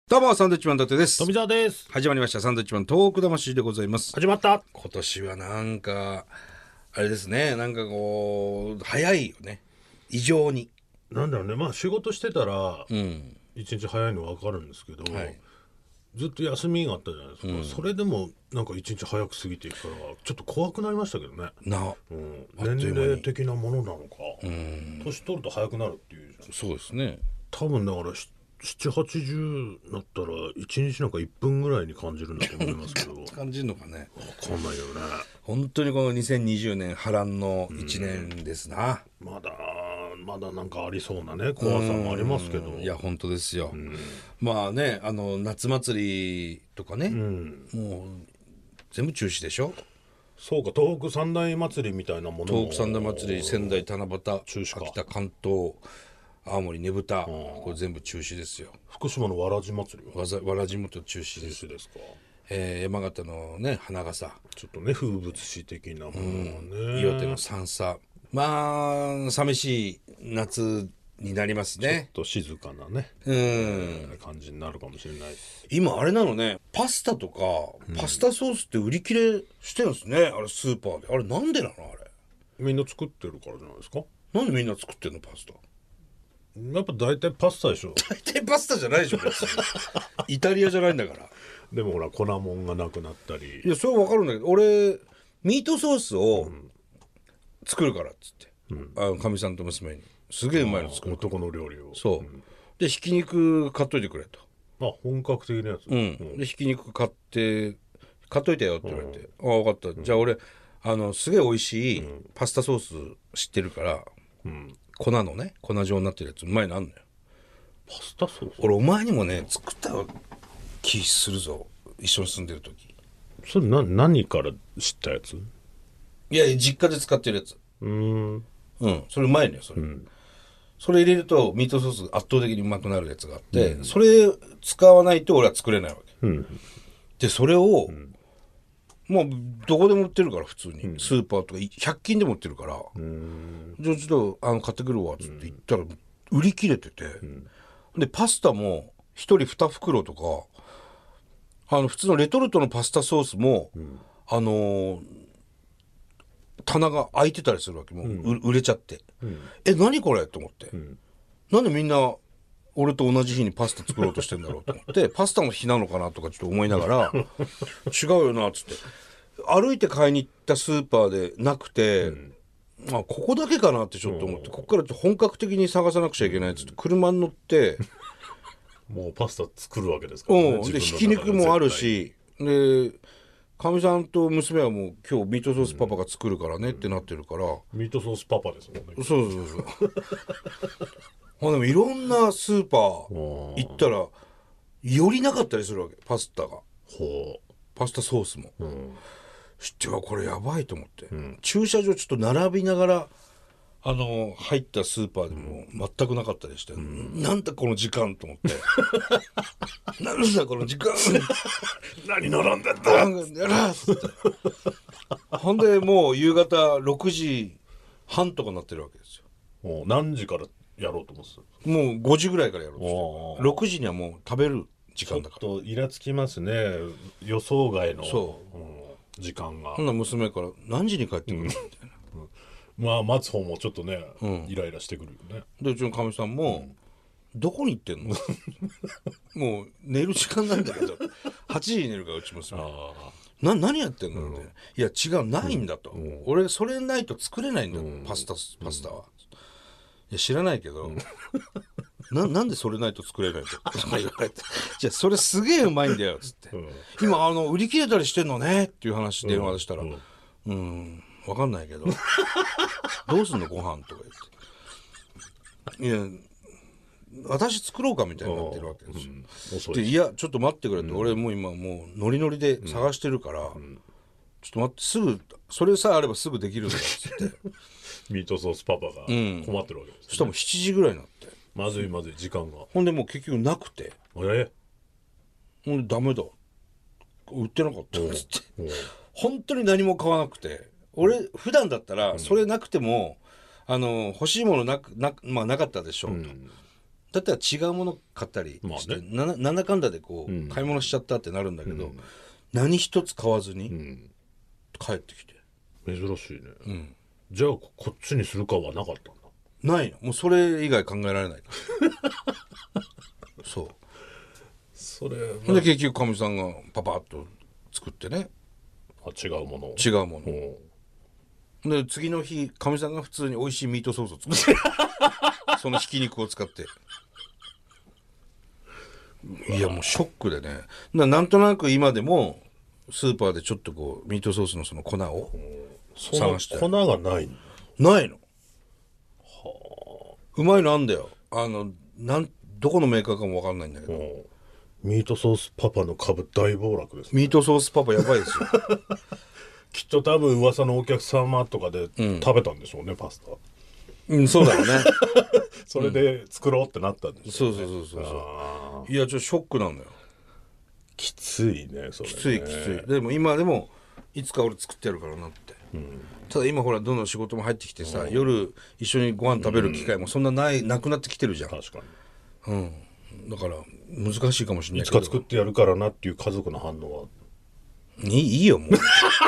どうもサンドウィッチマン伊達です。 富澤です。 始まりましたサンドウィッチマントーク魂でございます。 始まった。 今年はなんかあれですね、なんかこう早いよね、異常に。 なんだろうね、まあ仕事してたらうん一日早いのは分かるんですけど、 はいずっと休みがあったじゃないですか、それでもなんか一日早く過ぎていくからちょっと怖くなりましたけどね、 な年齢的なものなのか、年取ると早くなるっていうじゃん。 そうですね。 多分だから7、80になったら一日なんか1分ぐらいに感じるんだと思いますけど感じるのかね。 分かんないよね。 本当にこの2020年波乱の1年ですな。 まだなんかありそうなね怖さもありますけど、 いや本当ですよ。まあね、夏祭りとかね、もう全部中止でしょ。 そうか、東北三大祭りみたいなものも東北三大祭り、仙台七夕、 中止か秋田関東、青森ねぶた、これ全部中止ですよ。 福島のわらじ祭りはわらじもと中止中です。 止ですか。 山形のね花笠、 ちょっとね風物詩的なものはね、 岩手の三叉、まあ寂しい夏になりますね。 ちょっと静かなね、感じになるかもしれないです。 今あれなのね、パスタとか、パスタソースって売り切れしてるんですね、あれスーパーで。あれなんでなのあれ。 みんな作ってるからじゃないですか。 なんでみんな作ってんのパスタ。 やっぱ大体パスタでしょ。 大体パスタじゃないでしょ別に。イタリアじゃないんだから。 でもほら粉もんがなくなったり。 いやそれは分かるんだけど、俺ミートソースを作るからっつって、かみさんと娘にすげえうまいの作るから。 男の料理を。 そう、でひき肉買っといてくれと。 本格的なやつ。 でひき肉買っといてよって言われて、ああ分かった、じゃあ俺すげえ美味しいパスタソース知ってるから、粉のね粉状になってるやつうまいのあんのよ。 パスタソース。 俺お前にもね作った気するぞ、一緒に住んでる時。 それ何から知ったやつ？ いや実家で使ってるやつ。それうまいのよそれ、それ入れるとミートソース圧倒的にうまくなるやつがあって、それ使わないと俺は作れないわけ、でそれを、もうどこでも売ってるから普通に、スーパーとか100均でも売ってるから、じゃあちょっと買ってくるわっつって言ったら売り切れてて、でパスタも1人2袋とか、普通のレトルトのパスタソースも、棚が空いてたりするわけ。もう、売れちゃって、何これと思って、なんでみんな俺と同じ日にパスタ作ろうとしてんだろうと思ってパスタの日なのかなとかちょっと思いながら違うよなっつって歩いて買いに行ったスーパーでなくて、ここだけかなってちょっと思って、ここから本格的に探さなくちゃいけないっつって車に乗ってもうパスタ作るわけですからね。 でひき肉もあるし、でかみさんと娘はもう今日ミートソースパパが作るからねってなってるから、 ミートソースパパですもんね。 そうでもいろんなスーパー行ったらよりなかったりするわけ、パスタが、パスタソースも、知ってはこれやばいと思って、駐車場ちょっと並びながら入ったスーパーでも全くなかったりして、なんだこの時間と思ってなんだこの時間何並んでんだやらっつってほんでもう夕方6時半とかなってるわけですよ。 何時からやろうと思ってた？ もう5時ぐらいからやろうとして6時にはもう食べる時間だから。 ちょっとイラつきますね、予想外の時間が。 ほんな娘から何時に帰ってくるみたいな、 待つ方もちょっとね、イライラしてくるよね。 でうちのかみさんも、どこに行ってんのもう寝る時間なんだけど8時に寝るからうち娘何やってんのって、いや違うないんだと、俺それないと作れないんだ、パスタは。いや知らないけど、なんでそれないと作れないと言われてじゃあそれすげえうまいんだよっつって、今売り切れたりしてんのねっていう話電話でしたら、分かんないけどどうすんのご飯とか言って、いや私作ろうかみたいになってるわけですよ、でいやちょっと待ってくれって、俺もう今もうノリノリで探してるから、ちょっと待って、すぐそれさえあればすぐできるんだっつってミートソースパパが困ってるわけです、 そしたらもう7時ぐらいになって、 まずい時間が。 ほんでもう結局なくて、ほんでダメだ売ってなかったっつって本当に何も買わなくて、俺普段だったらそれなくても欲しいものなかったでしょうと、 だったら違うもの買ったりして、 まあね、 なんだかんだでこう、買い物しちゃったってなるんだけど、何一つ買わずに帰ってきて、 珍しいね、じゃあこっちにするかはなかったんだ。 ないの、もうそれ以外考えられないからそうそれで結局かみさんがパパッと作ってね、 違うものを違うもので、次の日かみさんが普通に美味しいミートソースを作ってそのひき肉を使って、いやもうショックでね、なんとなく今でもスーパーでちょっとこうミートソースのその粉を探して粉がないんだ。 ないの。うまいのあんだよ、どこのメーカーかも分かんないんだけど、 ミートソースパパの株大暴落ですね。 ミートソースパパやばいですよきっと多分噂のお客様とかで食べたんでしょうね、パスタ。 そうだろうねそれで作ろうってなったんでしょうね。 そういやちょっとショックなのよ。 きついねそれね。 きついでも今でもいつか俺作ってやるからなって、ただ今ほらどんどん仕事も入ってきてさ、夜一緒にご飯食べる機会もそんななくなってきてるじゃん。 確かに。 だから難しいかもしれないいつけど、 か作ってやるからなっていう家族の反応は。 いいよもう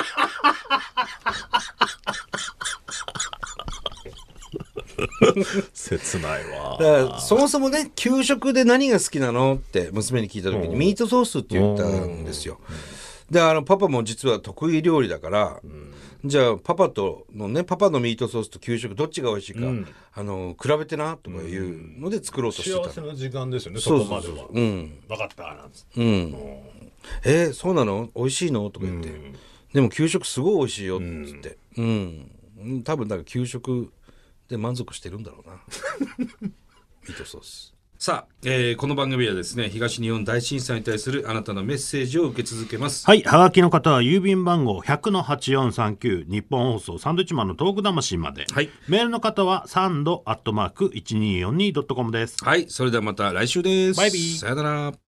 切ないわ。 だからそもそもね、給食で何が好きなのって娘に聞いた時にミートソースって言ったんですよ。でパパも実は得意料理だから、じゃあパパのミートソースと給食どっちが美味しいか、比べてなとかいうので作ろうとしてた。 幸せな時間ですよね、そこまでは。分かったなんつって、 そうなの美味しいのとか言って、でも給食すごい美味しいよっつって、多分だから給食で満足してるんだろうなミートソース。さあ、この番組はですね、東日本大震災に対するあなたのメッセージを受け続けます。 はい、はがきの方は郵便番号 100-8439 日本放送サンドイッチマンのトーク魂まで、 はい、 メールの方はサンド@1242.comです。 はい、それではまた来週です。 バイビー。 さよなら。